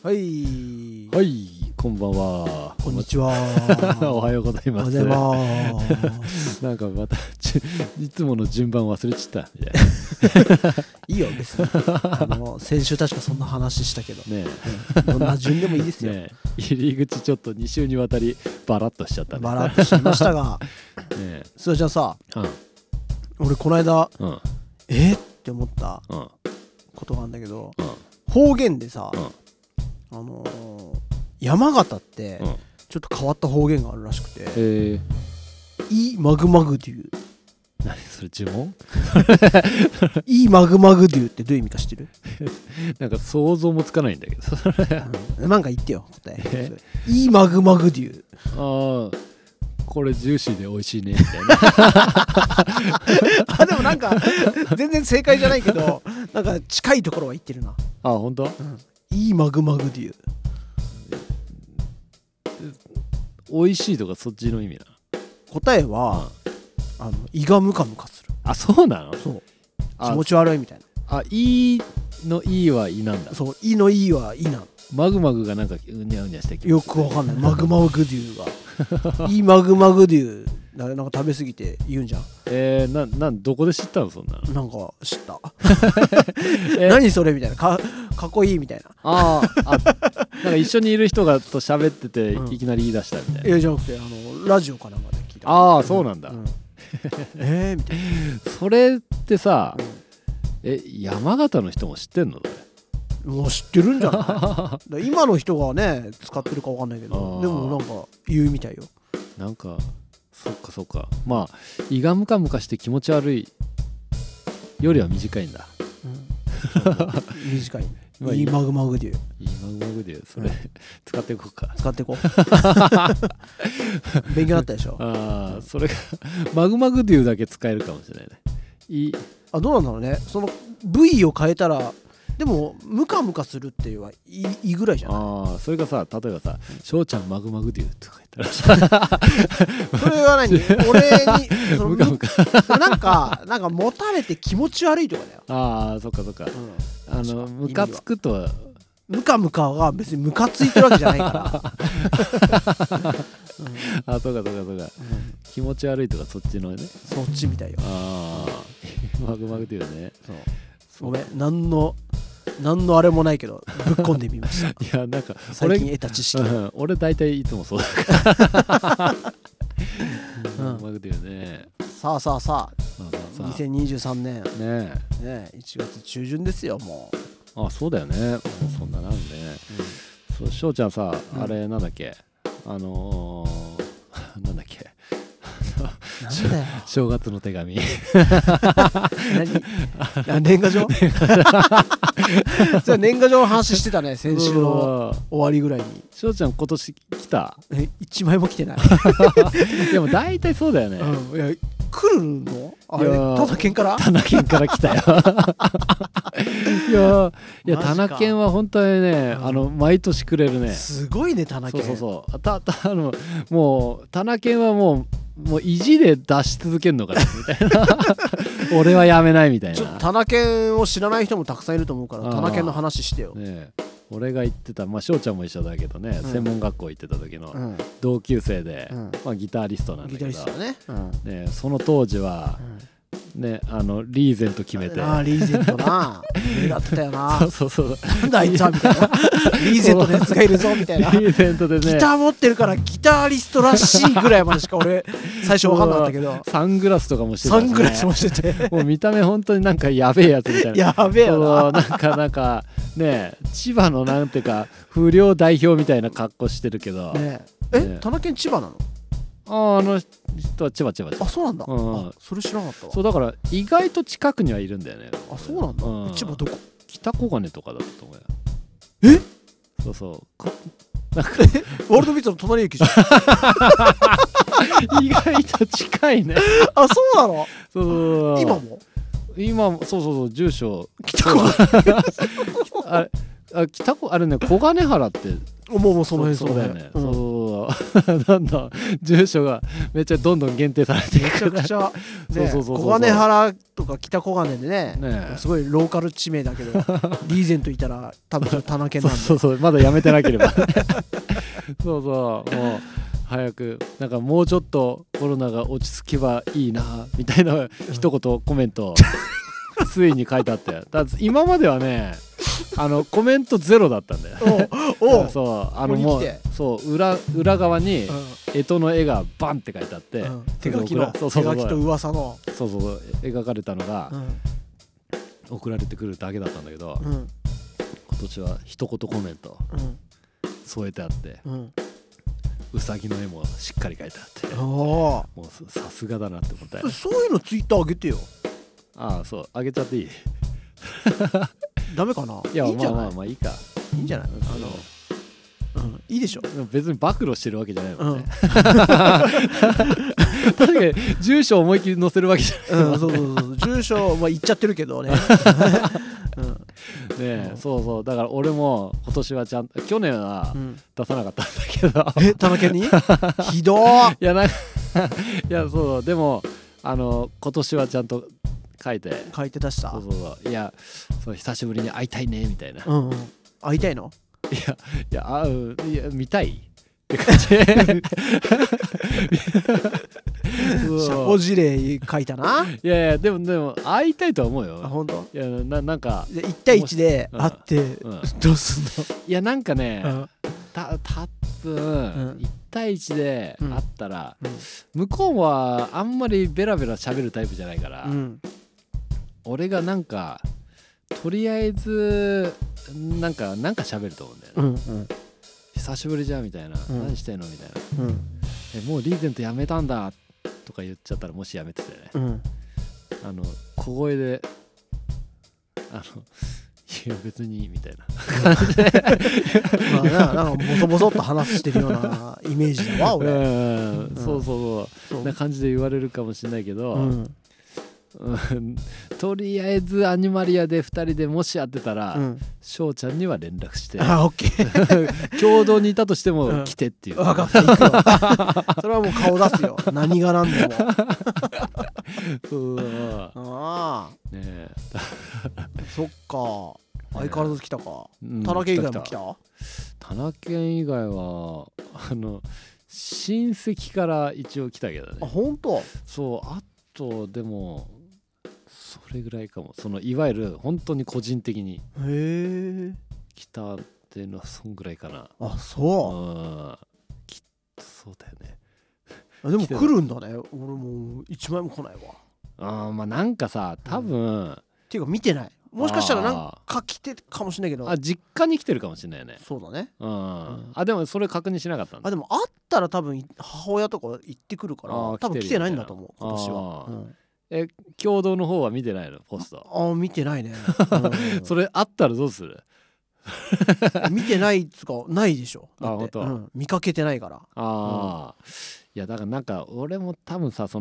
はい。 はい、こんばんは。 こんにちは。 おはようございます。 おはようございます。 なんかまたいつもの順番忘れちゃったみたいな。 いいよ別に。先週確かそんな話したけど。 ねえ。どんな順でもいいですよ。 ねえ、入り口ちょっと2週にわたりバラッとしちゃったね。 バラッとしましたが。 ねえ。 それじゃあさ、俺この間、って思ったことがあるんだけど、方言でさ、山形ってちょっと変わった方言があるらしくて、イマグマグデュー。 何それ呪文？ イマグマグデューってどういう意味か知ってる？ なんか想像もつかないんだけど。 なんか言ってよ答え。イマグマグデュー。ああ。これジューシーで美味しいねみたいな。 あ、でもなんか全然正解じゃないけど、なんか近いところは言ってるな。 あ、本当？ いいマグマグデュー。 美味しいとかそっちの意味な。 答えは、胃がムカムカする。 あ、そうなの？ そう。気持ち悪いみたいな。 あ、胃の胃は胃なんだ。 そう、胃の胃は胃なの。 マグマグがなんかうにゃうにゃしてきよくわかんない。マグマグデューが。いいマグマグデュー。なんか食べ過ぎて言うんじゃん。 どこで知ったのそんなの？ なんか知った。何それみたいな。かっこいいみたいな。 なんか一緒にいる人がと喋ってて、いきなり言い出したみたいな。 いやじゃなくてラジオかなんかで聞いた。 ああ、そうなんだ。 みたいな。 それってさ、山形の人も知ってんの？ もう知ってるんじゃない今の人がね使ってるか分かんないけど、でもなんか言うみたいよ。 なんかそっかまあ胃がムカムカして気持ち悪いよりは短いんだ。 短い。いいマグマグデュー。 いいマグマグデュー、それ使っていこうか。 使っていこう。勉強になったでしょ。 ああ、それがマグマグデューだけ使えるかもしれないね。 どうなんだろうね。その部位を変えたら。でもムカムカするっていうはいいぐらいじゃない？ ああ、それがさ、例えばさ、翔ちゃんマグマグデューとか言ったらさ、 それは何？俺にムカムカなんか持たれて気持ち悪いとかだよ。 ああ、そっかそっか。ムカつくとはムカムカが別にムカついてるわけじゃないから。 あ、そうか。気持ち悪いとかそっちのね。 そっちみたいよ。 ああ、マグマグデューね。 ごめん、何のあれもないけどぶっ込んでみました。 いや、なんか最近得た知識。 俺大体いつもそうだから。マグデューね。 さあ2023年ね 1月中旬ですよもう。あ、そうだよね。もうそんななんでね。そう、翔ちゃんさ、あれなんだっけ、なんだっけ、 なんだよ正月の手紙。 何？年賀状？じゃあ年賀状の話してたね、先週の終わりぐらいに。 翔ちゃん今年来た ？1枚も来てない。 でも大体そうだよね。 いや来るの？あれタナケンから？ タナケンから来たよ。いやタナケンは本当にね、毎年くれるね。 すごいねタナケン。 そうもうタナケンはもう意地で出し続けるのかなみたいな。俺はやめないみたいな。 ちょっとタナケンを知らない人もたくさんいると思うからタナケンの話してよ。 ね、俺が言ってた、翔ちゃんも一緒だけどね、専門学校行ってた時の同級生で、ギタリストなんだけど、 ギタリストね、その当時は、ね、リーゼント決めて、 リーゼントな目立ってたよな。 そうなんだあいつはみたいな。リーゼントのやつがいるぞみたいな。 リーゼントでね、 ギター持ってるからギタリストらしいぐらいまでしか俺最初分かんなかったけど、 サングラスとかもしてたしね。 サングラスもしてて、 もう見た目本当になんかやべえやつみたいな。 やべえよな。 なんかね、千葉のなんていうか不良代表みたいな格好してるけどね。タナケン千葉なの？ あの人は千葉。 あ、そうなんだ。それ知らなかったわ。 そうだから意外と近くにはいるんだよね。 あ、そうなんだ。千葉どこ？ 北小金とかだったと思うよ。そうなんかワールドビーツの隣駅じゃん。 意外と近いね。 あ、そうなの？ そう今もそう住所北小金。 あれね、小金原ってもうその辺そうだよね、 うんそうどんどん住所がめっちゃどんどん限定されていめちゃくちゃねそう小金原とか北小金でねねすごいローカル地名だけどリーゼントいたら多分田中なんでそうまだやめてなければそうもう早くなんかもうちょっとコロナが落ち着けばいいなみたいな一言コメントついに書いてあって、だ今まではねコメントゼロだったんだよおそうもうそう裏側に干支の絵がバンって書いてあって、 手書きと噂のそう描かれたのが送られてくるだけだったんだけど、今年は一言コメント添えてあって、うさぎの絵もしっかり描いてあってもうさすがだなって思ったよ。 そういうのツイッター上げてよ。 ああそう上げちゃっていいダメかな。 いやいいんじゃないまあいいか、 いいんじゃないいいでしょ。 別に暴露してるわけじゃないもんね、確かに住所思いっきり載せるわけじゃない、 そう住所言っちゃってるけどねねそうだから俺も今年はちゃんと去年は出さなかったんだけど、 田中にひどーいやそうでも今年はちゃんと書いて出した。 そういやそう久しぶりに会いたいねみたいな、 会いたいの？ いや見たいって感じ社交辞令書いたな。 いやでも会いたいとは思うよ。 本当？ いやなんか 1対1で会ってどうすんの？ いやなんかね多分1対1で会ったら向こうはあんまりベラベラ喋るタイプじゃないから、俺がなんかとりあえずなんか喋ると思うんだよね、久しぶりじゃんみたいな、何してんのみたいな、もうリーゼントやめたんだとか言っちゃったらもしやめててね、小声でいや別にみたいな感じでなんかボソボソっと話してるようなイメージだわ俺。 そうな感じで言われるかもしれないけど、とりあえずアニマリアで2人でもし会ってたら翔ちゃんには連絡してオッケー共同にいたとしても来てっていう、 分かった行くよそれはもう顔出すよ何が何でもねえそっか相変わらず来たか。田中以外も来た？ 田中以外は親戚から一応来たけどね。 あ本当？ そうあとでもそれぐらいかも。いわゆる本当に個人的に来たっていうのはそんぐらいかな。 あそうそうだよね。 でも来るんだね。俺もう1枚も来ないわ。 まあなんかさ多分、 っていうか見てない。もしかしたらなんか来てかもしれないけど。 実家に来てるかもしれないよね。 そうだね。 でもそれ確認しなかったんだ。 でも会ったら多分母親とか行ってくるから多分来てないんだと思う今年は。 共同の方は見てないのポスト？ 見てないねそれあったらどうする？ 見てないつかないでしょ。 本当？ 見かけてないから。 いやだからなんか俺も多分さ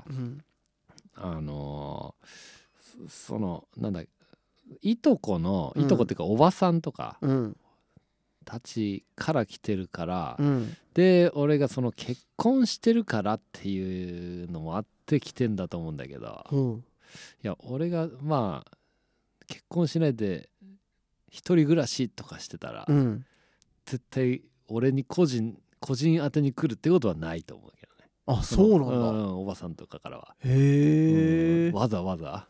なんだいとこっていうかおばさんとかたちから来てるから、で俺が結婚してるからっていうのもあって来てんだと思うんだけど、いや俺がまあ結婚しないで一人暮らしとかしてたら、絶対俺に個人宛てに来るってことはないと思うけどね。 あそうなんだ。 おばさんとかからはわざわざ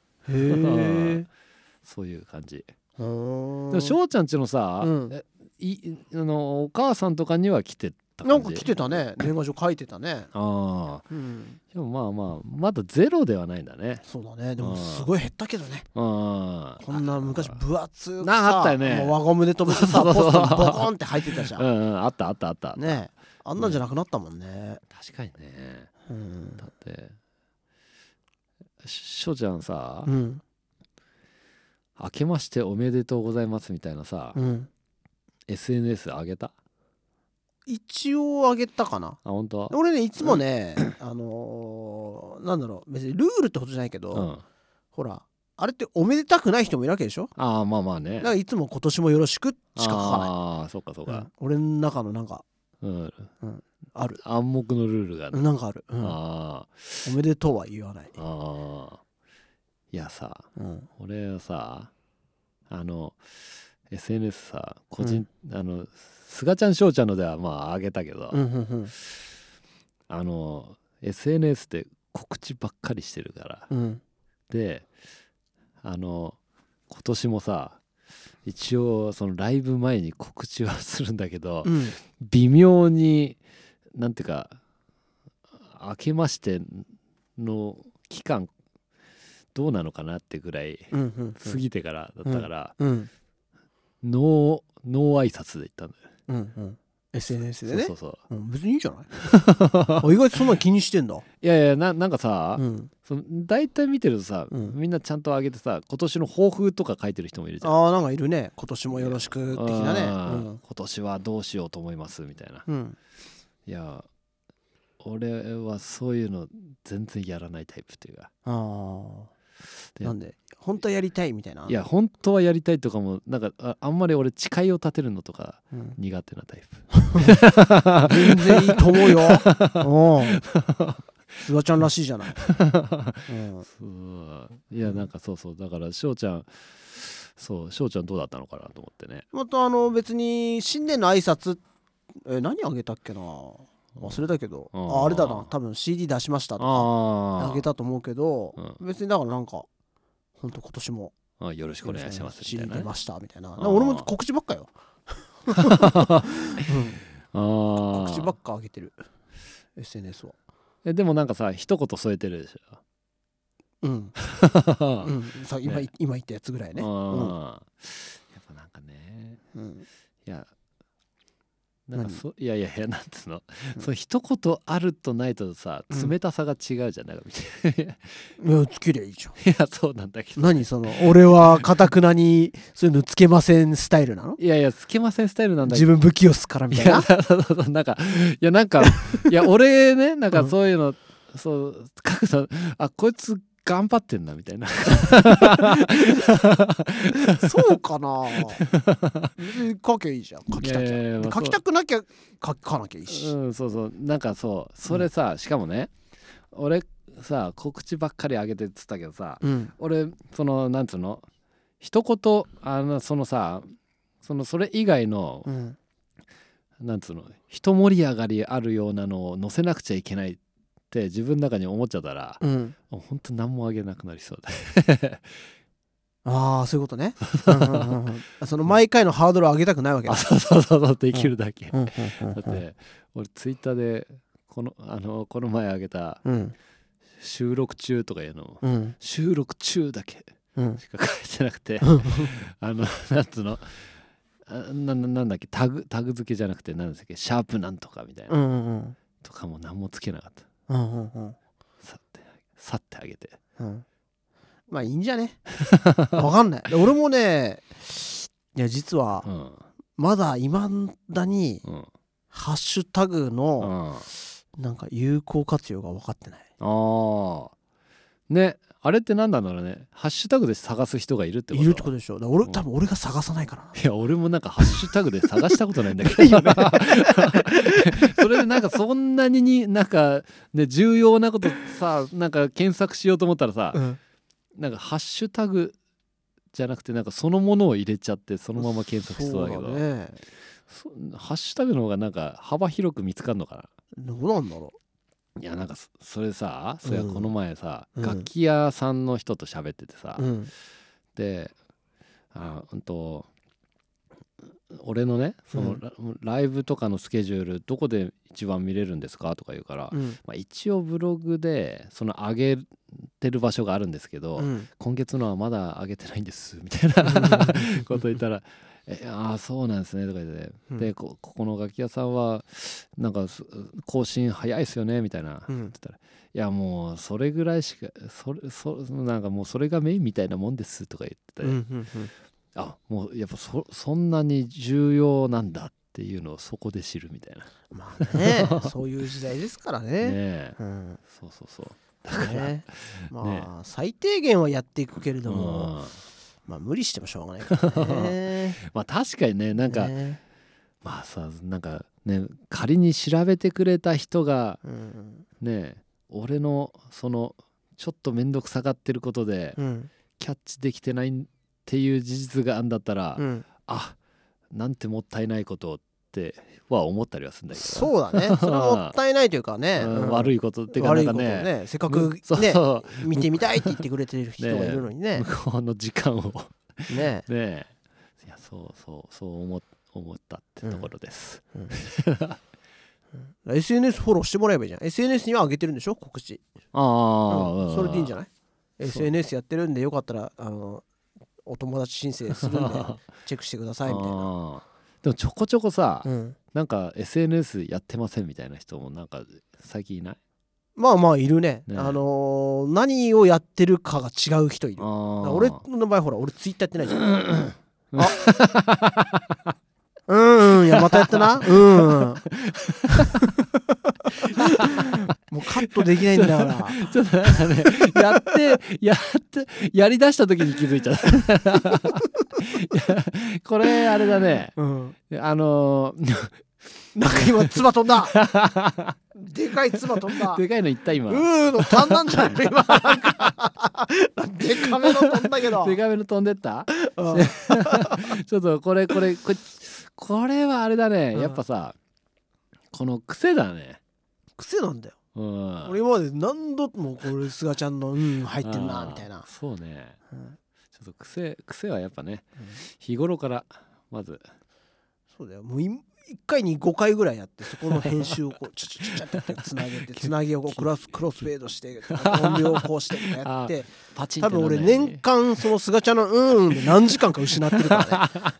そういう感じ。でも翔ちゃんちのさ、お母さんとかには来てた感じ？ なんか来てたね。年賀状書いてたね。 でもまだゼロではないんだね。 そうだね。でもすごい減ったけどね。こんな昔分厚くあったよね。 輪ゴムで留めてさポストにボコンって入ってたじゃん。 あったね。あんなんじゃなくなったもんね。 確かにね。だって翔ちゃんさ、明けましておめでとうございますみたいなさ、SNS 上げた？ 一応上げたかな。 本当？ 俺ねいつもねなんだろう別にルールってことじゃないけど、ほらあれっておめでたくない人もいるわけでしょ。 ああまあまあね。 だからいつも今年もよろしくしか書かない。 ああそうかそうか、 俺の中のなんか、ある暗黙のルールがなんかある、 ああおめでとうは言わない。 いやさ、俺はさSNS さ個人、すがちゃんしょうちゃんのではまああげたけど、SNS で告知ばっかりしてるから、で今年もさ一応そのライブ前に告知はするんだけど、微妙になんていうか明けましての期間どうなのかなってぐらい過ぎてからだったから、ノー挨拶で言ったんだよ、 SNS でね。 そうそう、 別にいいんじゃない意外とそんな気にしてんだ。 いやいやなんかさ、大体見てるとさ、みんなちゃんと上げてさ今年の抱負とか書いてる人もいるじゃん。 なんかいるね。今年もよろしく的なね、 今年はどうしようと思いますみたいな、いや俺はそういうの全然やらないタイプっていうか。 なんで本当はやりたいみたいな。 いや本当はやりたいとかもなんかあんまり俺誓いを立てるのとか苦手なタイプ、全然いいと思うよ。すがちゃんらしいじゃない。 いやなんかそうだからしょうちゃんどうだったのかなと思ってね。 また別に新年の挨拶何あげたっけな、忘れたけど、あれだな、多分 CD 出しましたとかあげたと思うけど、別にだからなんか本当今年もよろしくお願いしますみたいな、 CD 出ましたみたいな。俺も告知ばっかよ。告知ばっかあげてる SNS は。 でもなんかさ一言添えてるでしょ。 今言ったやつぐらいね。やっぱなんかね、いやなんかいやなんつうの、そう一言あるとないとさ冷たさが違うじゃん、なんかみたいな。 いやつけりゃいいじゃん。 いやそうなんだけど、 何その俺はかたくなにそういうのつけませんスタイルなの。 いやつけませんスタイルなんだけど、自分不器用っすからみたいな。 いや俺ねなんかそういうの、そう書くとこいつ頑張ってんなみたいな。 そうかな。書きゃいいじゃん。書きたきゃ書きたくなきゃ書かなきゃいいし。 そうなんかそれさ、しかもね俺さ告知ばっかりあげてっつったけどさ、俺そのなんつうの一言それ以外の、なんつうの一盛り上がりあるようなのを載せなくちゃいけないって自分の中に思っちゃったら、もうほんと何もあげなくなりそうだ。 そういうことね。その毎回のハードルを上げたくないわけだ。 そうできるだけ。だって俺ツイッターでこの前あげた収録中とかいうの、収録中だけしか書いてなくて、なんつうのなんだっけタグ付けじゃなくて何だっけシャープなんとかみたいなとかも何もつけなかった。さってあげて、 まあいいんじゃね。わかんない。俺もね、いや実はまだいまだにハッシュタグのなんか有効活用が分かってない。 ね、あれって何なんだろうね。ハッシュタグで探す人がいるってこと？ いるってことでしょ。多分俺が探さないからな。 いや俺もなんかハッシュタグで探したことないんだけどそれでなんかそんなになんかね重要なことさなんか検索しようと思ったらさ、なんかハッシュタグじゃなくてなんかそのものを入れちゃってそのまま検索しそうだけど、ハッシュタグの方がなんか幅広く見つかるのかな。 どうなんだろう。 いやなんかそれさ、それはこの前さ、楽器屋さんの人と喋っててさ、で俺のねそのライブとかのスケジュールどこで一番見れるんですかとか言うから、一応ブログでその上げてる場所があるんですけど、今月のはまだ上げてないんですみたいなこと言ったらそうなんですねとか言って、でこの楽器屋さんはなんか更新早いですよねみたいな、言ったらいやもうそれぐらいしかなんかもうそれがメインみたいなもんですとか言ってて、もうやっぱそんなに重要なんだっていうのをそこで知るみたいな。 まあねそういう時代ですからね。 そうだから、 ね、まあ最低限はやっていくけれども、まあ無理してもしょうがないからね。 まあ確かにね、なんかまあさ、なんかね、仮に調べてくれた人がね、俺のそのちょっと面倒くさがってることでキャッチできてないっていう事実があんだったら、あ、なんてもったいないことっては思ったりはするんだけど。 そうだね、それはもったいないというかね、 悪いことっていうか、なんかね、 せっかくね見てみたいって言ってくれてる人がいるのにね、 向こうの時間をねえ、いや、そう思ったってところです。 SNS フォローしてもらえばいいじゃん。 SNS には上げてるんでしょ、告知。それでいいんじゃない？ SNS やってるんでよかったらお友達申請するんでチェックしてくださいみたいな。 でもちょこちょこさ、なんか SNS やってませんみたいな人もなんか最近いない？ まあまあいるね。何をやってるかが違う人いる。俺の場合ほら、俺ツイッターやってないじゃん。いやまたやったな。もうカットできないんだから。 ちょっとなんかね、やりだした時に気づいちゃった。これあれだね。 なんか今唾飛んだ。でかい唾飛んだ。 でかいのいった今。 の足んなんじゃない今。でかめの飛んだけど。 でかめの飛んでった。ちょっとこれはあれだね。やっぱさ、この癖だね。 癖なんだよ。俺今まで何度もこれすがちゃんの入ってるなみたいな。 そうね。ちょっと癖はやっぱね、日頃からまず。そうだよ。 もう1回に5回ぐらいやって、そこの編集をこうチャチャチャチャってつなげて、つなぎをこうクロスフェードして音量をこうしてとかやって、多分俺年間そのすがちゃんので何時間か失ってるからね。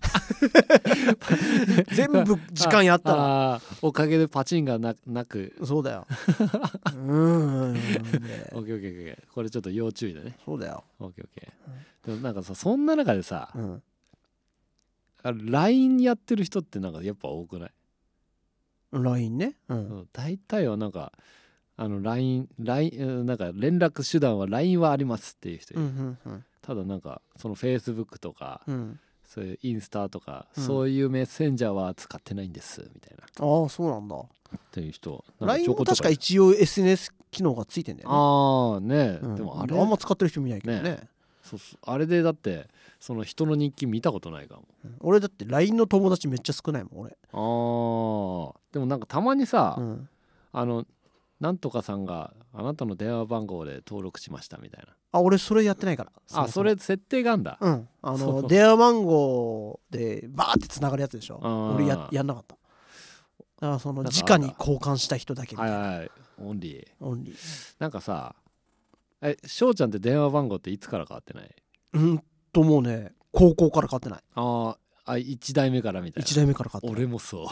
全部時間やったらおかげでパチンがなく。 そうだよ。 オッケー。これちょっと要注意だね。 そうだよ。 オッケー。でもなんかさ、そんな中でさ、LINE やってる人ってなんかやっぱ多くない？ LINE ね。 大体はなんかLINE なんか連絡手段は LINE はありますっていう人いる。ただなんかその Facebook とか、そういうインスタとか、そういうメッセンジャーは使ってないんですみたいな。 ああ、そうなんだっていう人。 LINE も確か一応 SNS 機能がついてんだよね。でもあれあんま使ってる人見ないけどね。 あれでだってその人の日記見たことないかも。 俺だって LINE の友達めっちゃ少ないもん俺。 でもなんかたまにさ、なんとかさんがあなたの電話番号で登録しましたみたいな。 俺それやってないから。 それ設定があんだ。 電話番号でバーってつながるやつでしょ。俺やんなかった。だからその直に交換した人だけみたいな。 オンリー。なんかさ、翔ちゃんって電話番号っていつから変わってない？ もうね、高校から変わってない。 1代目からみたいな。 1代目から変わってない。 俺もそう。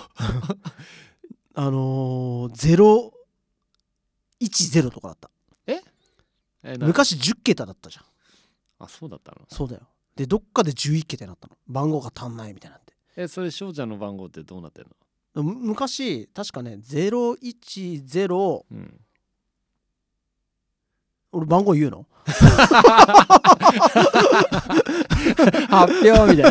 010とかだった。昔10桁だったじゃん。 そうだったの？ そうだよ。でどっかで11桁になったの。番号が足んないみたいになって。 それ翔ちゃんの番号ってどうなってんの？昔確かね010、俺番号言うの？ 発表みたい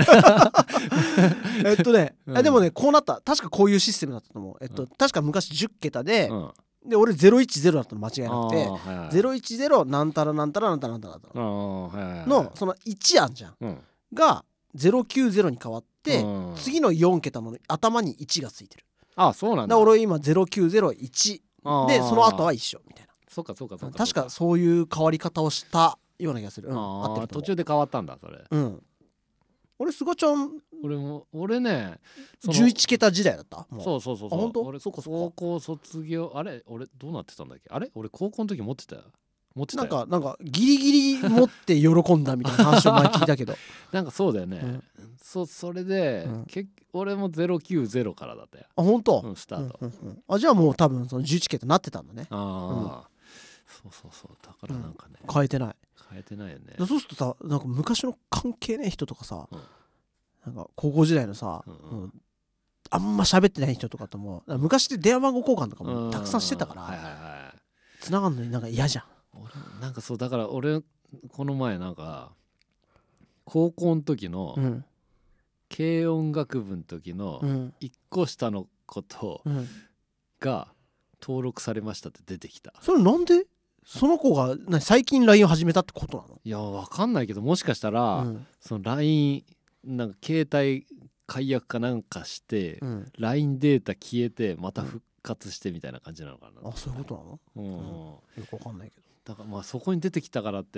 な。でもね、こうなった。確かこういうシステムだったと思う。確か昔10桁で、俺010だったの間違いなくて、010なんたらなんたらなんたらなんたらのその1あんじゃんが090に変わって、次の4桁の頭に1がついてる。 そうなんだ。 俺今0901でその後は一緒みたいな。 そうか。 確かそういう変わり方をしたような気がする。 途中で変わったんだそれ。 俺すがちゃん俺ね 11桁時代だった。 そう。 本当？ 俺高校卒業俺どうなってたんだっけ？俺高校の時持ってたよ。なんかギリギリ持って喜んだみたいな話を前聞いたけど。 なんかそうだよね。それで俺も090からだったよ。 本当？ スタート。 じゃあもう多分その11桁なってたんだね。 そうだからなんかね、 変えてないよね。 そうするとさ、なんか昔の関係ねえ人とかさ、なんか高校時代のさ、あんま喋ってない人とかとも昔で電話番号交換とかもたくさんしてたから、繋がんのになんか嫌じゃん。 なんかそうだから俺この前なんか高校の時の軽音楽部の時の1個下のことが登録されましたって出てきた。 それなんでその子が最近 LINE を始めたってことなの？ いやわかんないけどもしかしたら、その LINE なんか携帯解約かなんかして、LINE データ消えてまた復活してみたいな感じなのかな。 あ、そういうことなの？よくわかんないけど。 だからまあそこに出てきたからって、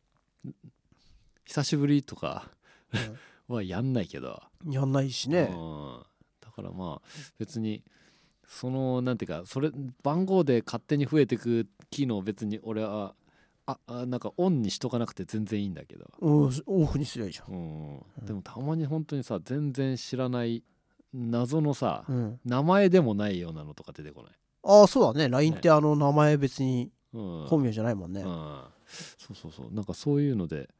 久しぶりとかはやんないけど、 やんないしね。 だからまあ別にそのなんていうかそれ番号で勝手に増えてく機能別に俺はなんかオンにしとかなくて全然いいんだけど、 オフにすりゃいいじゃん。 でもたまに本当にさ全然知らない謎のさ、名前でもないようなのとか出てこない？ ああそうだね。 LINE って名前別に本名じゃないもんね。 そうなんかそういうので、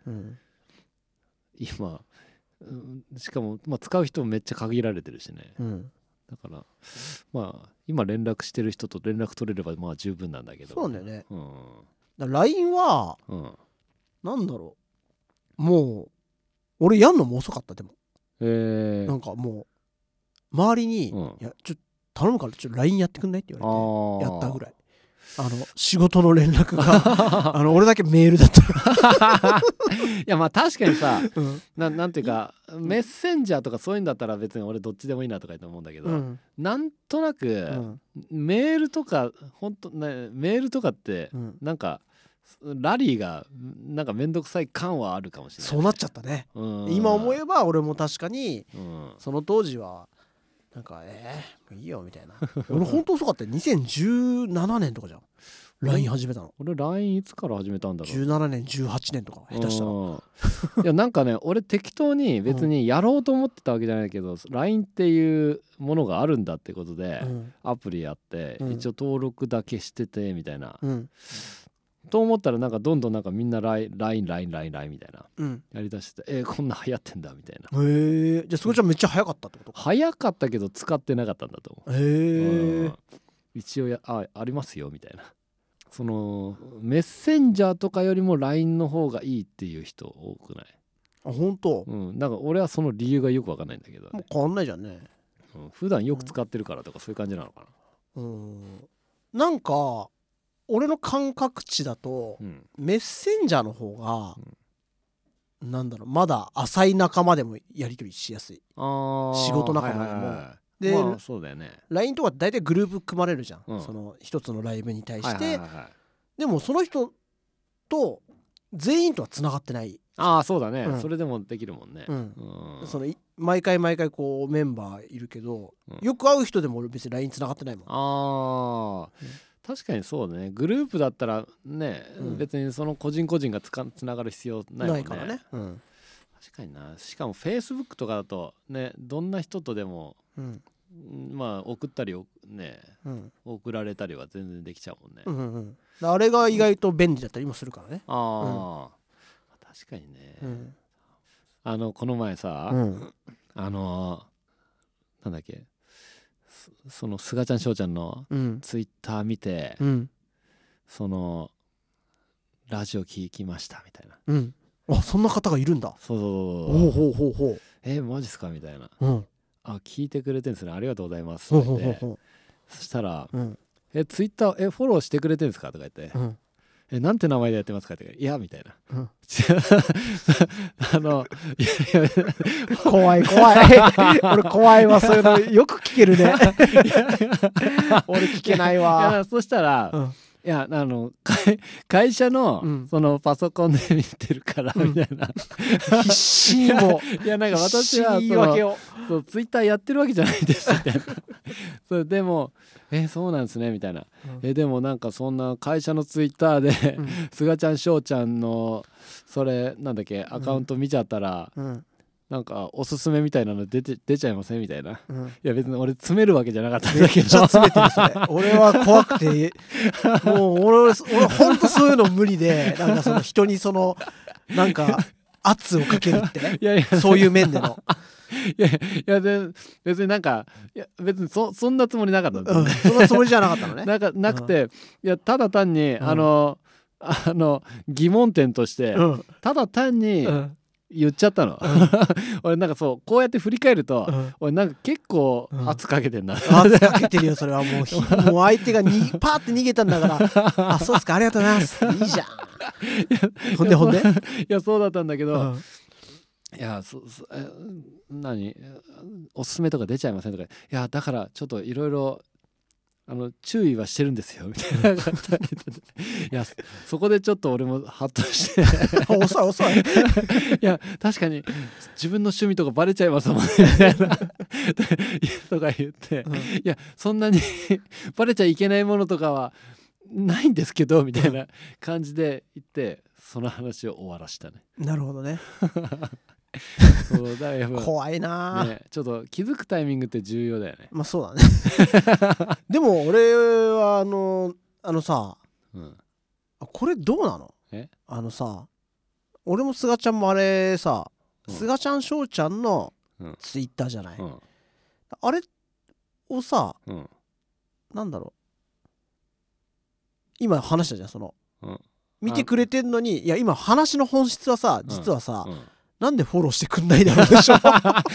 今、しかも、まあ、使う人もめっちゃ限られてるしね、だからまあ今連絡してる人と連絡取れればまあ十分なんだけど。 そうなんだよね。LINE は、なんだろう、もう俺やんのも遅かった。でもなんかもう周りに、いやちょっと頼むからちょっと LINE やってくんないって言われてやったぐらい。仕事の連絡が俺だけメールだったいやまあ確かにさ、なんていうかメッセンジャーとかそういうんだったら別に俺どっちでもいいなとか言って思うんだけど、なんとなく、メールとかほんと、ね、メールとかって、なんかラリーがなんかめんどくさい感はあるかもしれない、ね、 そうなっちゃったね。今思えば俺も確かに、その当時はなんかもういいよみたいな俺ほんと遅かったよ。2017年とかじゃん LINE 始めたの。 俺 LINE いつから始めたんだろう。 17年18年とか下手したらいやなんかね俺適当に別にやろうと思ってたわけじゃないけど、LINE っていうものがあるんだってことで、アプリやって、一応登録だけしててみたいな、と思ったらなんかどんどんなんかみんな LINE みたいな、やりだしててこんな流行ってんだみたいな。 じゃあそこじゃめっちゃ早かったってこと？ 早かったけど使ってなかったんだと思う。一応ありますよみたいな。そのメッセンジャーとかよりも LINE の方がいいっていう人多くない？ あ、本当？ なんか俺はその理由がよく分かんないんだけど、ね、 もう変わんないじゃんね。 普段よく使ってるからとかそういう感じなのかな。 なんか俺の感覚値だと、メッセンジャーの方が、なんだろう、まだ浅い仲間でもやり取りしやすい。仕事仲間でも。で、 まあ、そうだよね。 LINE とか大体グループ組まれるじゃん、その一つのライブに対して、でもその人と全員とはつながってない。 そうだね、それでもできるもんね。 その毎回こうメンバーいるけど、よく会う人でも俺別に LINE つながってないもん。 確かにそうね。グループだったらね、別にその個人個人がつながる必要ないもんね。ないからね。確かにな。しかも Facebook とかだとね、どんな人とでも、まあ送ったりね、送られたりは全然できちゃうもんね。 あれが意外と便利だったりもするからね。 確かにね。この前さ、なんだっけ、そのすがちゃんしょうちゃんのツイッター見て、そのラジオ聞きましたみたいな、そんな方がいるんだ。 マジっすかみたいな、聞いてくれてんですね、ありがとうございますって言って、そしたら、ツイッターフォローしてくれてんですかとか言って、なんて名前でやってますかって言って、いやみたいな、 怖い俺怖いわ、そういうのよく聞けるね俺聞けないわ。 そしたら、いや会社のそのパソコンで見てるからみたいな、 必死にもいやなんか私はそうツイッターやってるわけじゃないですみたいなそうでもそうなんですねみたいな、でもなんかそんな会社のツイッターですがちゃんしょうちゃんのそれなんだっけアカウント見ちゃったら、なんかおすすめみたいなの出ちゃいませんみたいな、いや別に俺詰めるわけじゃなかったんだけど、めっちゃ詰めてるそれ俺は怖くてもう俺ほんとそういうの無理で、なんかその人にそのなんか圧をかけるってそういう面でのいや別になんか別にそんなつもりなかったんだ、 そんなつもりじゃなかったのねなくて、いやただ単に、 疑問点として、ただ単に言っちゃったの、俺なんかそうこうやって振り返ると、俺なんか結構圧かけてんだ、 圧かけてるよそれは。もう相手がパーって逃げたんだからあそうっすかありがとうございますいいじゃんほんでいやそうだったんだけど、いや何おすすめとか出ちゃいませんとか、いやだからちょっといろいろ注意はしてるんですよみたいな。いやそこでちょっと俺もハッとして遅いいや確かに自分の趣味とかバレちゃいますもんねみたいなとか言って、いやそんなにバレちゃいけないものとかはないんですけどみたいな感じで言ってその話を終わらしたね。 なるほどねそうだやっぱ怖いな、 ね、ちょっと気づくタイミングって重要だよね。 まあそうだねでも俺はさ、これどうなの？さ俺もすがちゃんもあれさ、すがちゃんしょうちゃんのツイッターじゃない、あれをさ、なんだろう今話したじゃん見てくれてんのに、いや今話の本質はさ実はさ、なんでフォローしてくんないだろうでしょい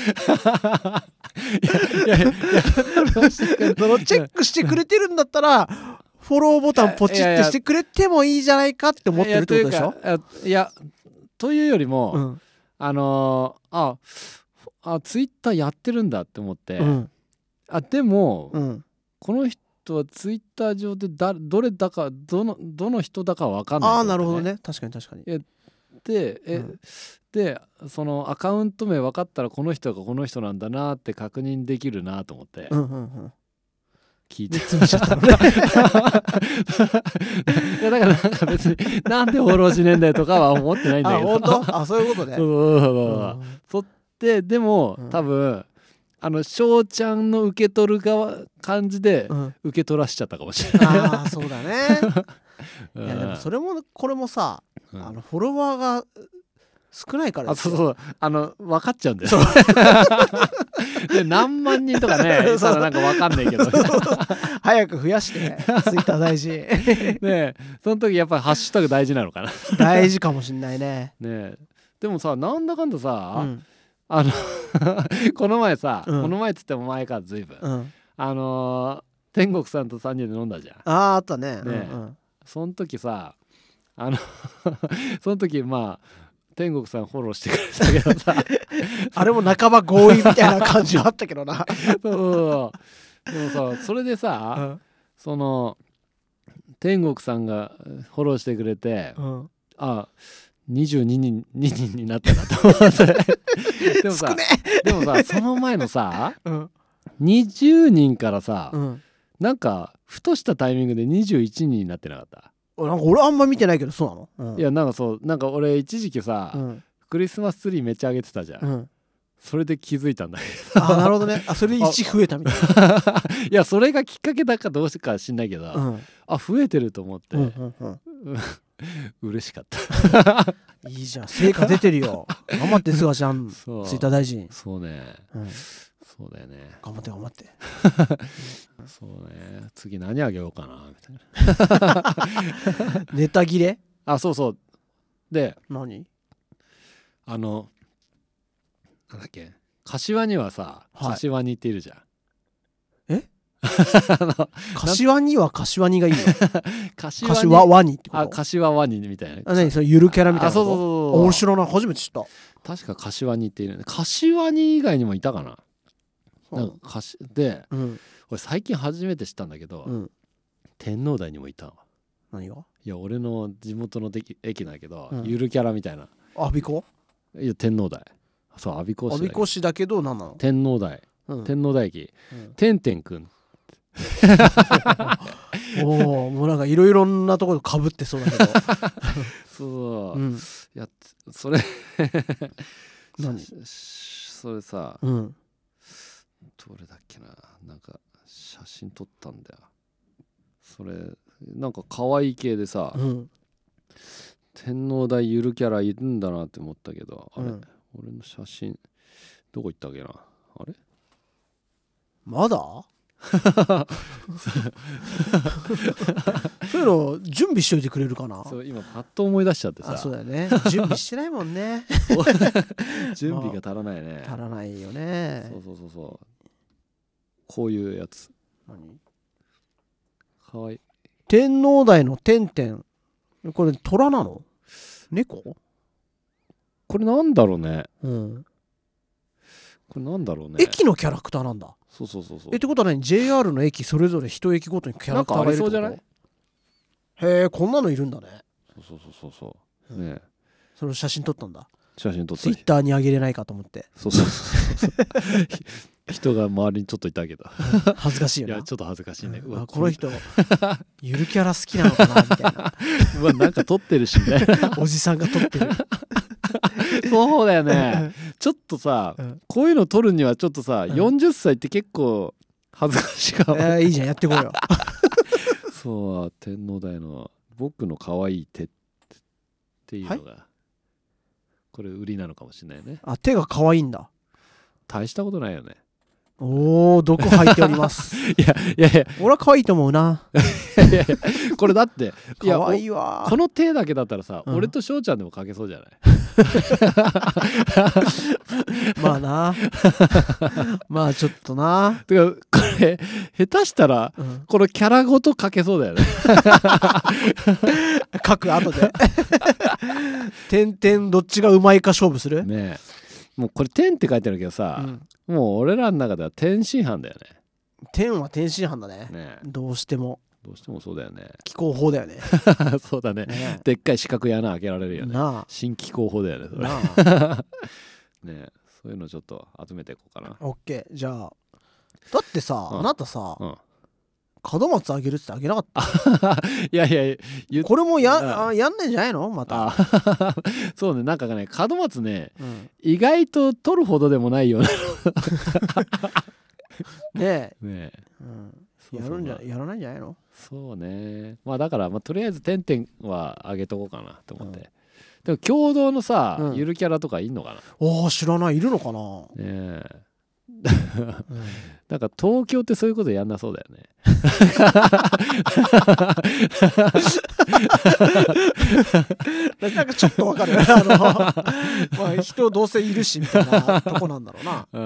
やチェックしてくれてるんだったらフォローボタンポチってしてくれてもいいじゃないかって思ってるってことでしょ。 いやというよりも、ツイッターやってるんだって思って、でも、この人はツイッター上でどれだかどの人だか分かんない、ね、 なるほどね、確かにでそのアカウント名分かったらこの人がこの人なんだなって確認できるなと思って、聞いてみちゃったのねいやだからなんか別になんでフォローしねえんだよとかは思ってないんだけど本当そういうことねそってでも、多分翔ちゃんの受け取る感じで受け取らしちゃったかもしれない、 そうだねいやでもそれもこれもさ、フォロワーが少ないからですよ。 そう分かっちゃうんだよで何万人とかねいたらなんか分かんないけど早く増やしてツイッター大事ねその時やっぱりハッシュタグ大事なのかな大事かもしんないね。 でもさなんだかんださ、この前さ、この前っつっても前からずいぶん、天国さんと3人で飲んだじゃん。 あったね。 その時さその時まあ天国さんフォローしてくれたけどさあれも半ば強引みたいな感じはあったけどなでもさそれでさ、その天国さんがフォローしてくれて、22人になったなと思ってでもさその前のさ、20人からさ、なんかふとしたタイミングで21人になってなかった？ なんか俺あんま見てないけどそうなの？ いやなんか俺一時期さ、クリスマスツリーめっちゃ上げてたじゃん、それで気づいたんだけどなるほどね。それで1増えたみたいないやそれがきっかけだかどうしてか知んないけど、増えてると思って、嬉しかったいいじゃん、成果出てるよ頑張ってすがちゃんツイッター大臣。 そうね、そうだよね、 頑張ってそうね、次何あげようかなみたいなネタ切れ？ そうで何？ なんだっけ、柏にはさ、柏にっているじゃん。 柏には柏にがいいの？ 柏ワニってこと？ 柏ワニみたいな。 何それゆるキャラみたいなこと？ そう面白いな、初めて知った。 確か柏にっている。柏に以外にもいたかな。で、俺最近初めて知ったんだけど、天王台にもいたわ。 何が？ いや俺の地元の駅だけど、ゆるキャラみたいな。 我孫子？ いや天王台。そう我孫子市。 我孫子市だけど何なの？ 天王台。天王台駅。てんてんくん。 もうなんかいろいろなところかぶってそうだけどそう、いやそれ何それさ、どれだっけな、なんか写真撮ったんだよ。それなんか可愛い系でさ、天王台ゆるキャラいるんだなって思ったけど、あれ、俺の写真どこ行ったっけな、あれまだそういうの準備しといてくれるかな。 そう今パッと思い出しちゃってさ。 そうだよね、準備してないもんね。 準備が足らないね。 足らないよね。 そうこういうやつ。 何かわいい。 天皇台の点々、これ虎なの？猫？ これなんだろうね。 うん。 これなんだろうね。 駅のキャラクターなんだ。 そうってことは何？ JR の駅それぞれ一駅ごとにキャラクターがいるってこと？ なんかありそうじゃない？ へえ、こんなのいるんだね。 そうね。 その写真撮ったんだ。 写真撮った。 ツイッターにあげれないかと思って。 そう人が周りにちょっといたけど恥ずかしいよな。 いやちょっと恥ずかしいね。 この人ゆるキャラ好きなのかなみたいな。 なんか撮ってるしね。 おじさんが撮ってる。 そうだよね。ちょっとさ、こういうの撮るにはちょっとさ、40歳って結構恥ずかしいかも。 いいじゃん、やってこいよ。 そう、天皇台の僕の可愛い手っていうのが、これ売りなのかもしれないね。 あ、手が可愛いんだ。 大したことないよね。 おお、毒吐いております。 いや俺は可愛いと思うな。 いやこれだって可愛いわ。 この手だけだったらさ、俺と翔ちゃんでも描けそうじゃない？ まあな。まあちょっとな。 てかこれ下手したら、このキャラごと描けそうだよね。 書く後で。点々どっちがうまいか勝負する？ ねえ。もうこれ点って書いてあるけどさ、もう俺らの中では天津飯だよね。 点は天津飯だね。どうしてもそうだよね。 気候法だよね。 そうだね。でっかい四角い穴開けられるよね。新気候法だよね。それね、そういうのちょっと集めていこうかな。 オッケー。じゃあだってさ、あなたさ、門松あげるってあげなかった？ いやこれもやんないんじゃないの？また。 そうね、なんかね、門松ね、意外と取るほどでもないよね。 ねえ、やらないんじゃないの？ そうね。まあだからとりあえず点々はあげとこうかなと思って。でも共同のさ、ゆるキャラとかいんのかな？ ああ、知らない。いるのかな？ ねえ。なんか東京ってそういうことやんなそうだよね。 なんかちょっとわかる。まあ人どうせいるしみたいなとこなんだろうな。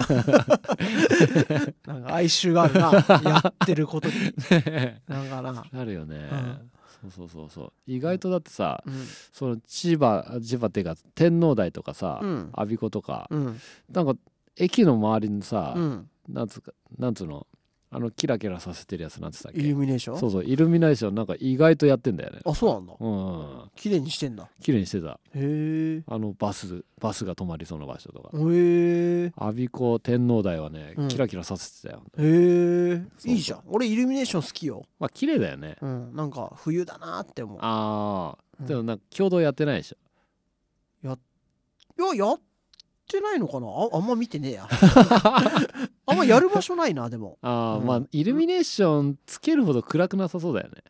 なんか哀愁があるな、やってることに。なんかな。 あるよね。そう意外とだってさ、その千葉っていうか天皇台とかさ、我孫子とか、なんか駅の周りにさ、なんつうの、キラキラさせてるやつなんつったっけ？ イルミネーション？ そうイルミネーションなんか意外とやってんだよね。 あ、そうなんだ。綺麗にしてんだ。 綺麗にしてた。 へえ。 バスが止まりそうな場所とか。 へえ。 我孫子天皇台はね、キラキラさせてたよ。 へえ。いいじゃん。俺イルミネーション好きよ。 まあ綺麗だよね。 なんか冬だなって思う。 ああ、でもなんか共同やってないでしょ。 やってないのかな。あんま見てねえや。あんまやる場所ないな。でもまあイルミネーションつけるほど暗くなさそうだよね。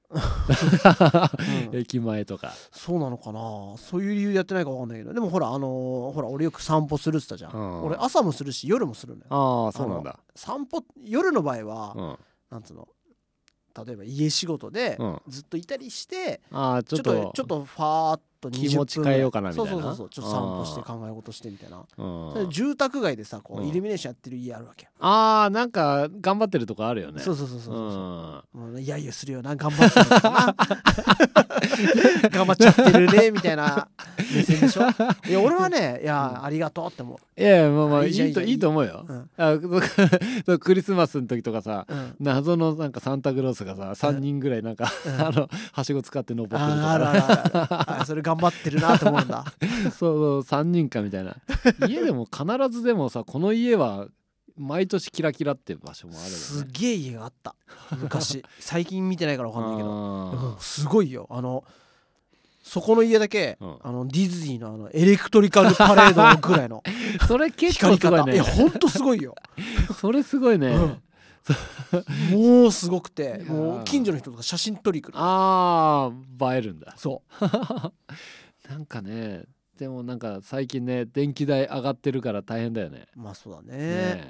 駅前とか。そうなのかな。そういう理由でやってないか分かんないけど、でもほら俺よく散歩するって言ったじゃん。俺朝もするし夜もするのよ。 ああ、そうなんだ。 散歩夜の場合は、なんつうの、例えば家仕事でずっといたりして、ちょっとファーっと気持ち変えようかなみたいな。 そうちょっと散歩して考え事してみたいな。住宅街でさ、こうイルミネーションやってる家あるわけよ。 ああ、なんか頑張ってるとこあるよね。 そういやいやするよな、頑張ってるかな。頑張っちゃってるねみたいな目線でしょ。いや俺はね、いやありがとうって思う。 いやまあいいと思うよ。クリスマスの時とかさ、謎のなんかサンタクロースがさ3人ぐらいなんかはしご使って登ってるとか。 それ頑張ってるなと思うんだ。 そう3人かみたいな。家でも必ずでもさ、この家は毎年キラキラって場所もあるよね。 すげえ家があった昔。最近見てないから分かんないけど、すごいよ。そこの家だけ、ディズニーのエレクトリカルパレードぐらいのそれ結構すごいね。 いやほんとすごいよ。 それすごいね。 もうすごくて、もう近所の人とか写真撮り来る。 ああ、映えるんだ。 そうなんかね、でもなんか最近ね、電気代上がってるから大変だよね。 まあそうだね。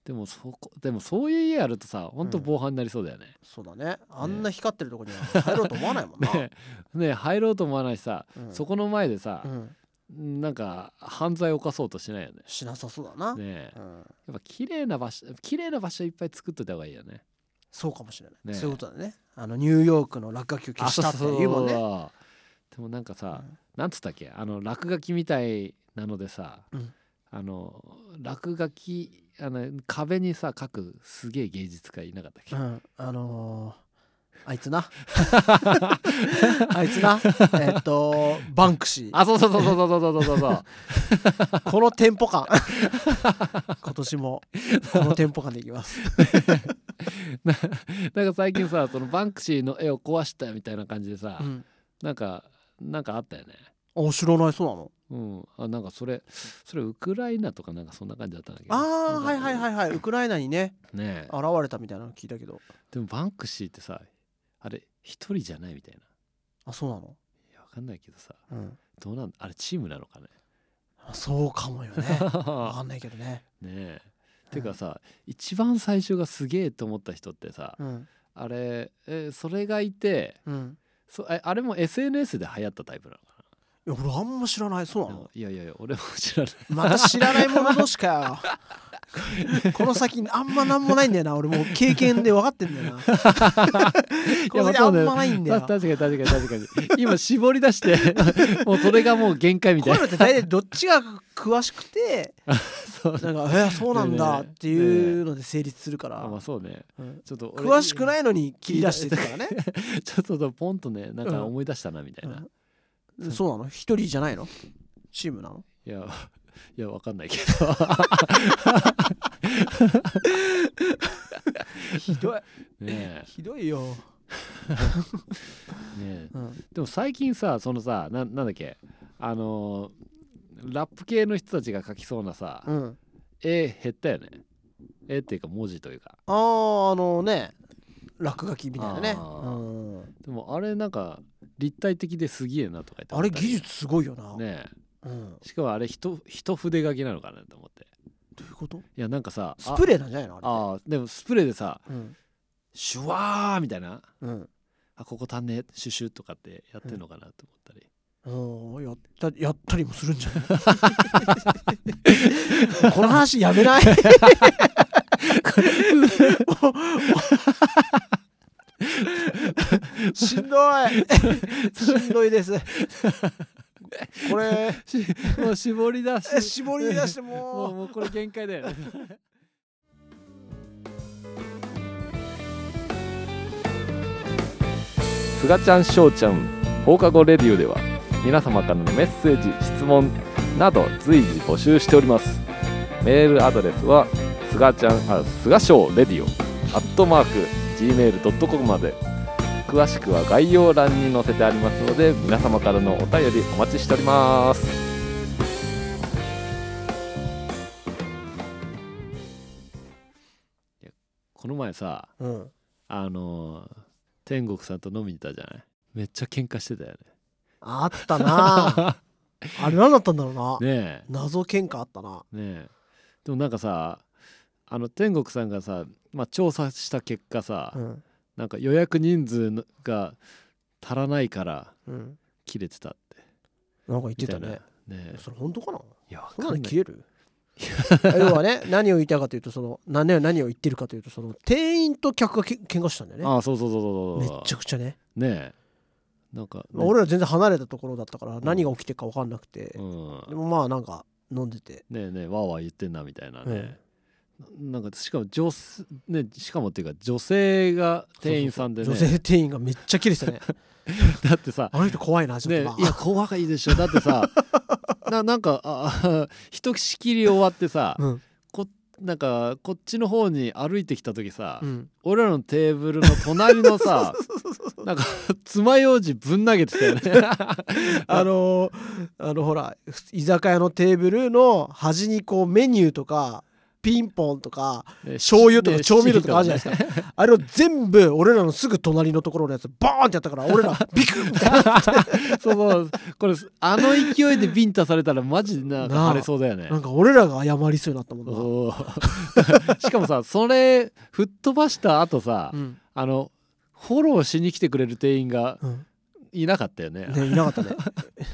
でもそういう家あるとさほんと防犯になりそうだよね、 そうだね。あんな光ってるとこには入ろうと思わないもんな。 ね入ろうと思わないしさ、そこの前でさ、 なんか犯罪を犯そうとしないよね。 しなさそうだな。 ねやっぱ綺麗な場所いっぱい作っといた方がいいよね。 そうかもしれない。そういうことだね。ニューヨークの落書きを消したっていうもんね。 でもなんかさ、なんつったっけ落書きみたいなのでさ、落書き壁にさ描くすげえ芸術家いなかったっけ？ あいつなあいつなバンクシー。そうこのテンポ感今年もこのテンポ感でいきますなんか最近さそのバンクシーの絵を壊したみたいな感じでさ、なんかあったよね。 知らない。そうなの？ なんかそれウクライナとかなんかそんな感じだったんだけど。 はいウクライナにね現れたみたいなの聞いたけど。 でもバンクシーってさあれ一人じゃないみたいな。 そうなの？ いや分かんないけどさ、どうなんあれチームなのかね。 そうかもよね分かんないけどね。 てかさ一番最初がすげえと思った人ってさ、あれそれがいて、あれも SNS で流行ったタイプなのかな。 いや俺あんま知らない。そうなの？ いや俺も知らない。 また知らないもの同士かよこの先あんまなんもないんだよな。俺もう経験で分かってんだよなこの先あんまないんだよ。 確かに今絞り出してもうそれがもう限界みたいな。 こういうのって大体どっちが詳しくてなんかそうなんだっていうので成立するから。 そうね、ちょっと詳しくないのに切り出してたからねちょっとポンとねなんか思い出したなみたいな。 そうなの？一人じゃないの？チームなの？ いやわかんないけどひどいひどいよでも最近さそのさなんだっけラップ系の人たちが書きそうなさ、絵減ったよね。絵っていうか文字というか落書きみたいなね。 でもあれなんか立体的ですげえなとか言って。 あれ技術すごいよな。 しかもあれ一筆書きなのかなと思って。 どういうこと？ いやなんかさスプレーなんじゃないの？ あれでもスプレーでさ、シュワーみたいな、ここ足んねえシュシュとかってやってんのかなと思ったり、 やったりもするんじゃないこの話やめないしんどいですこれもう絞り出してもうこれ限界だよねすがちゃんしょうちゃん放課後レディオでは皆様からのメッセージ質問など随時募集しております。メールアドレスはすがしょうレディオ@gmail.com まで。詳しくは概要欄に載せてありますので皆様からのお便りお待ちしております。この前さ、天国さんと飲みに行ったじゃない。めっちゃ喧嘩してたよね。 あったなあれ何だったんだろうな。謎喧嘩あったな。 でもなんかさ天国さんがさ、調査した結果さ、なんか予約人数が足らないから切れてたってなんか言ってたね。それ本当かな？ いやそんなに切れる？要はね何を言いたいかというと何を言ってるかというと店員と客が喧嘩したんだよね。 そうめちゃくちゃね。 なんか俺ら全然離れたところだったから何が起きてるか分かんなくて、でもなんか飲んでてわーわー言ってんなみたいなね。なんかしかもっていうか女性が店員さんでね。 女性店員がめっちゃキレてたねだってさあの人怖いなちょっとな。 いや怖いでしょ。だってさなんかひとしきり終わってさ、なんかこっちの方に歩いてきた時さ、俺らのテーブルの隣のさなんか爪楊枝ぶん投げてたよねほら居酒屋のテーブルの端にこうメニューとかピンポンとか醤油とか調味料とかあるじゃないですか、あれを全部俺らのすぐ隣のところのやつバーンってやったから俺らビクッみたいなそうこれ勢いでビンタされたらマジでなんか荒れそうだよね。 なんか俺らが謝りそうになったもんな。 そうしかもさそれ吹っ飛ばした後さ、フォローしに来てくれる店員がいなかったよね。 いなかったね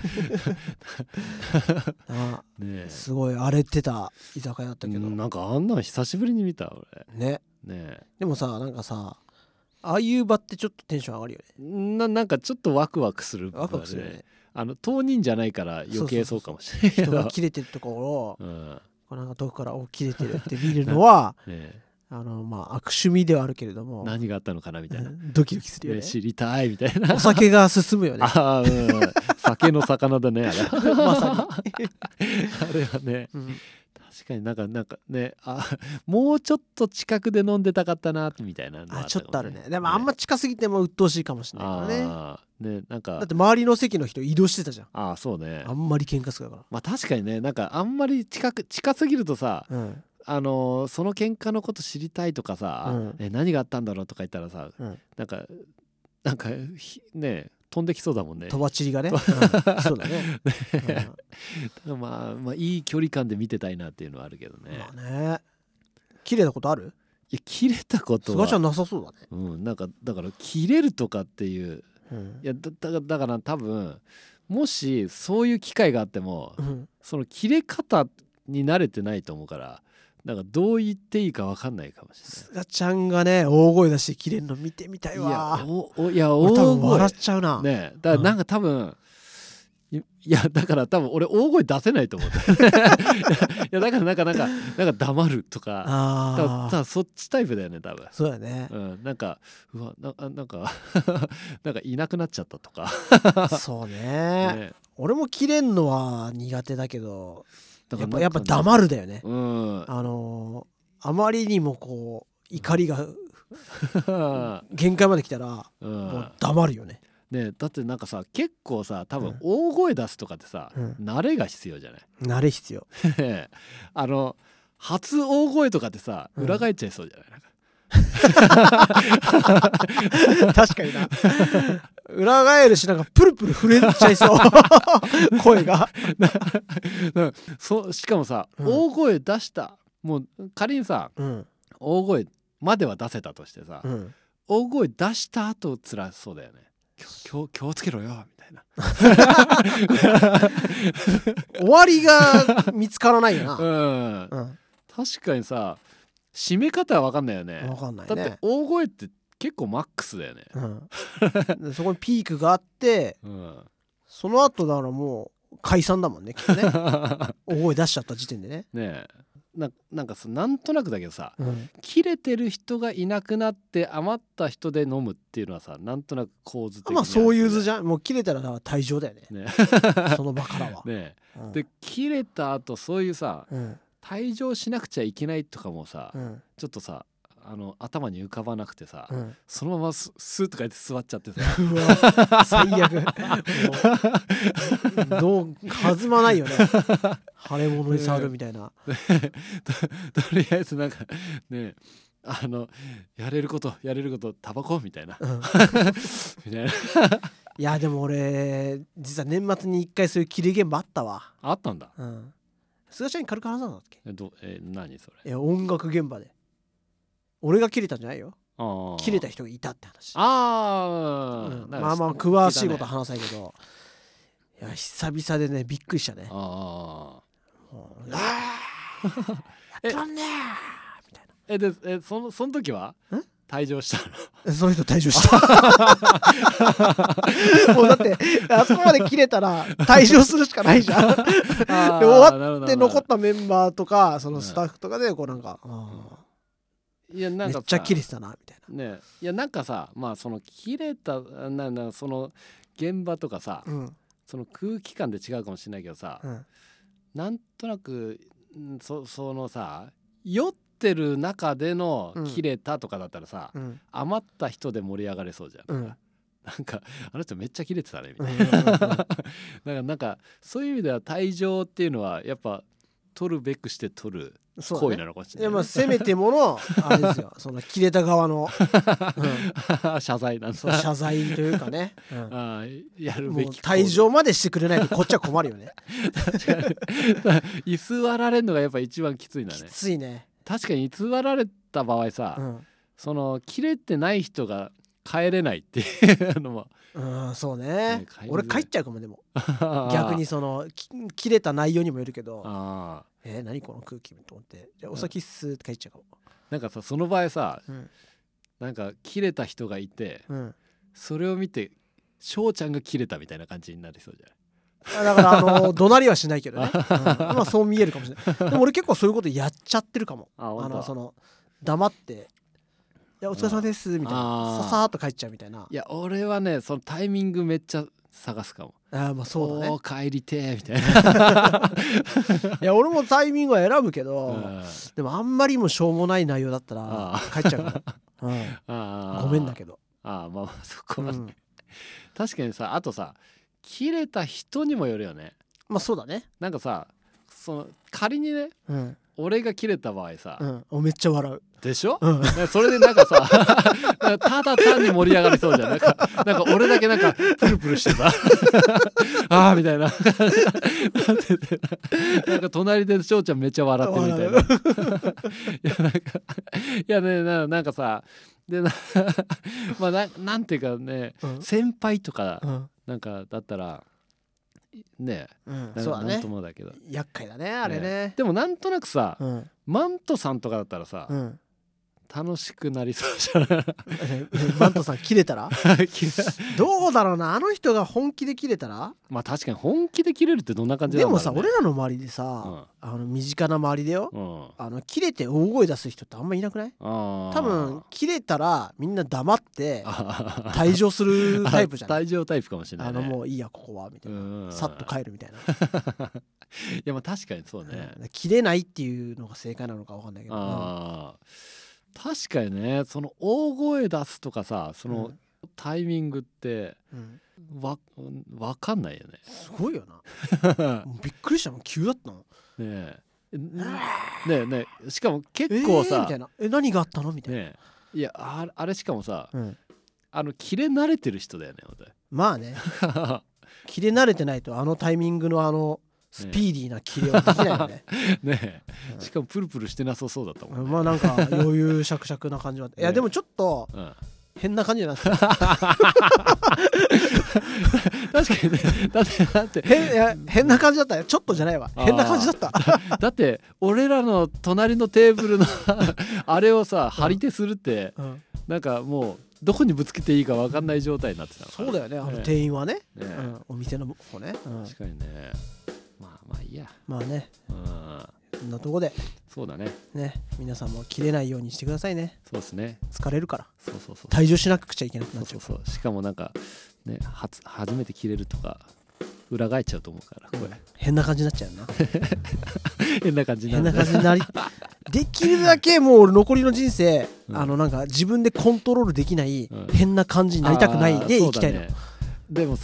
ね、すごい荒れてた居酒屋だったけど、 なんかあんなの久しぶりに見た俺ね。でもさなんかさああいう場ってちょっとテンション上がるよね。 なんかちょっとワクワクする場で、 ワクワクするよね。 当人じゃないから余計そうかもしれないけど、 人が切れてるところを、こうなんか遠くから切れてるって見るのはまあ悪趣味ではあるけれども、 何があったのかなみたいな、 ドキドキするよね。 知りたいみたいな。 お酒が進むよね。 酒の魚だねあれまさにあれはね、確かになんかね、もうちょっと近くで飲んでたかったなみたいなのちょっとあるね。でもあんま近すぎても鬱陶しいかもしれないからね。なんかだって周りの席の人移動してたじゃん。 そうね。 あんまり喧嘩するから。 まあ確かにね、なんかあんまり近すぎるとさ、その喧嘩のこと知りたいとかさ、何があったんだろうとか言ったらさ、なんかね飛んできそうだもんね。 とばちりがね。そうだね。 まあいい距離感で見てたいなっていうのはあるけどね。 まあね。切れたことある？ いや切れたことは。 菅ちゃんなさそうだね。 なんかだから切れるとかっていう、いやだから多分もしそういう機会があっても、その切れ方に慣れてないと思うから。なんかどう言っていいか分かんないかもしれない。 菅ちゃんがね大声出して切れるの見てみたいわ。 いや俺多分笑っちゃうな。 ね、だからなんか多分、いやだから多分俺大声出せないと思う。いやだからなんか黙るとか、多分そっちタイプだよね多分。 そうだね。 なんかうわなんかなんかいなくなっちゃったとか。 そうね。俺も切れんのは苦手だけど。やっぱ黙るだよね。あまりにもこう怒りが限界まで来たらもう黙るよね。 だってなんかさ結構さ多分大声出すとかってさ、慣れが必要じゃない？ 慣れ必要。 初大声とかってさ裏返っちゃいそうじゃない？ 確かにな。裏返るしなんかプルプル震えちゃいそう声がしかもさ、大声出したもう仮にさ、大声までは出せたとしてさ、大声出した後辛そうだよね。気をつけろよみたいな終わりが見つからないよな。 確かにさ締め方は分かんないよね。 分かんないね。 だって大声って結構マックスだよね。 そこにピークがあって、その後だからもう解散だもんねきっとね。大声出しちゃった時点でね。 なんかさなんとなくだけどさ、切れてる人がいなくなって余った人で飲むっていうのはさなんとなく構図的に、 そういう図じゃん。もう切れたら退場だよね。その場からは。で切れた後そういうさ、退場しなくちゃいけないとかもさ、ちょっとさ頭に浮かばなくてさ、そのままスーッとか言って座っちゃってさ最悪。弾まないよね。腫れ物に触るみたいな。 とりあえずなんかねやれることタバコみたいな。 いやでも俺実は年末に一回そういう切れ現場あったわ。 あったんだ。 菅ちゃんに軽く話さなかったっけ？ 何それ？ 音楽現場で俺が切れたんじゃないよ。切れた人がいたって話。まあ詳しいことは話さないけど、いや久々でねびっくりしたね。やってらんねえみたいな。でその時は退場したの？その人退場した。もうだってあそこまで切れたら退場するしかないじゃん。で終わって残ったメンバーとかそのスタッフとかでこうなんかいやなんかめっちゃ切れてたなみたいな。いやなんかさまあその切れたその現場とかさ、その空気感で違うかもしれないけどさ、なんとなくそのさ酔ってる中での切れたとかだったらさ、余った人で盛り上がれそうじゃん。なんかあの人めっちゃ切れてたねみたいな。なんかそういう意味では退場っていうのはやっぱ取るべくして取る行為なのかもしれない、ね、 いやまあせめてものあれですよその切れた側の、 謝罪なんだ。 そう謝罪というかね、 あやるべき退場までしてくれないとこっちは困るよね。 居座られるのがやっぱ一番きついんだね。 きついね。 確かに居座られた場合さ、その切れてない人が帰れないっていうのもそうね。俺帰っちゃうかも。でも逆にその切れた内容にもよるけど、何この空気と思ってじゃあお先っすって帰っちゃうかも。 なんかさその場合さ、なんか切れた人がいて、それを見て翔ちゃんが切れたみたいな感じになりそうじゃない。 だから怒鳴りはしないけどね、まあそう見えるかもしれない。でも俺結構そういうことやっちゃってるかも。その黙っていやお疲れ様ですみたいな、ささーっと帰っちゃうみたいな。 いや俺はねそのタイミングめっちゃ探すかも。 まあそうだね。 帰りてーみたいな。 いや俺もタイミングは選ぶけど、でもあんまりもしょうもない内容だったら帰っちゃうから、ごめんだけど。 まあそこはね、確かにさあとさ切れた人にもよるよね。 まあそうだね。 なんかさその仮にね、俺が切れた場合さ、 めっちゃ笑うでしょ、それでなんかさただ単に盛り上がりそうじゃん。なんか俺だけなんかプルプルしてさあーみたいななんか隣で翔ちゃんめっちゃ笑ってるみたいな。なんかさでまあなんていうかね、先輩とかなんかだったらねそうだね。 なんともだけど厄介だねあれね。 でもなんとなくさ、マントさんとかだったらさ、楽しくなりそうじゃない。 マントさん切れたらどうだろうな。あの人が本気で切れたら。 まあ確かに本気で切れるってどんな感じなんだろうね。 でもさ俺らの周りでさ、身近な周りでよ、切れて大声出す人ってあんまいなくない？多分切れたらみんな黙って退場するタイプじゃない？ 退場タイプかもしれないね。 もういいやここはみたいな、さっと帰るみたいな。 いやまあ確かにそうね。 切れないっていうのが正解なのか分かんないけど、 確かにねその大声出すとかさそのタイミングってわかんないよね。 すごいよな。びっくりしたもん。急だったのねえしかも結構さ、 みたいな何があったのみたいな。 いやあれしかもさ、切れ慣れてる人だよね。 まあね切れ慣れてないとあのタイミングのスピーディーなキレはできないよね。 ねえ、しかもプルプルしてなさそうだったもんね。 まあなんか余裕しゃくしゃくな感じは。いやでもちょっと変な感じになってた。確かにね。だって変な感じだったよ。ちょっとじゃないわ。変な感じだった。 だって俺らの隣のテーブルのあれをさ張り手するってなんかもうどこにぶつけていいか分かんない状態になってたの。 そうだよね。あの店員はね、お店の方ね。 確かにね。まあいいや。 まあね。そんなとこで。 そうだね。 皆さんも切れないようにしてくださいね。 そうですね。 疲れるから。 そう。 退場しなくちゃいけなくなっちゃう。 そう。しかもなんかね初めて切れるとか裏返っちゃうと思うからこれ。 変な感じになっちゃうな。 変な感じになり。できるだけもう俺残りの人生なんか自分でコントロールできない変な感じになりたくないで生きたいの。 でも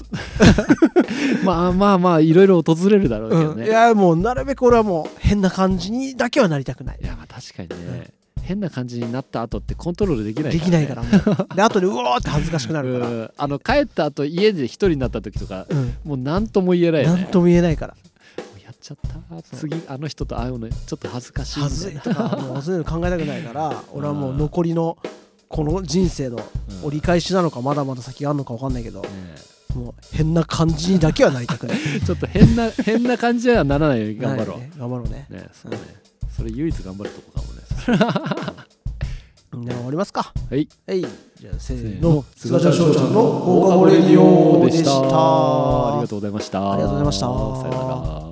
まあいろいろ訪れるだろうけどね。 いやもうなるべく俺はもう変な感じにだけはなりたくない。 いやまあ確かにね、変な感じになった後ってコントロールできないから、ね、 できないからもうで後でうおーって恥ずかしくなるから帰った後家で一人になった時とか、もう何とも言えないよね。 何とも言えないからやっちゃった次あの人と会うのちょっと恥ずかしい恥ずいとかもうそういうの考えたくないから俺はもう残りのこの人生の折り返しなのかまだまだ先があるのか分かんないけど、もう変な感じにだけはなりたくないちょっと変な感じにはならないように頑張ろう、 頑張ろうね。 そうね、それ唯一頑張るとこかもね。 じゃあ終わりますか。 はい、 じゃあせーの、すがちゃんしょうちゃんの放課後レディオでした。 ありがとうございました。 ありがとうございました。 さよなら。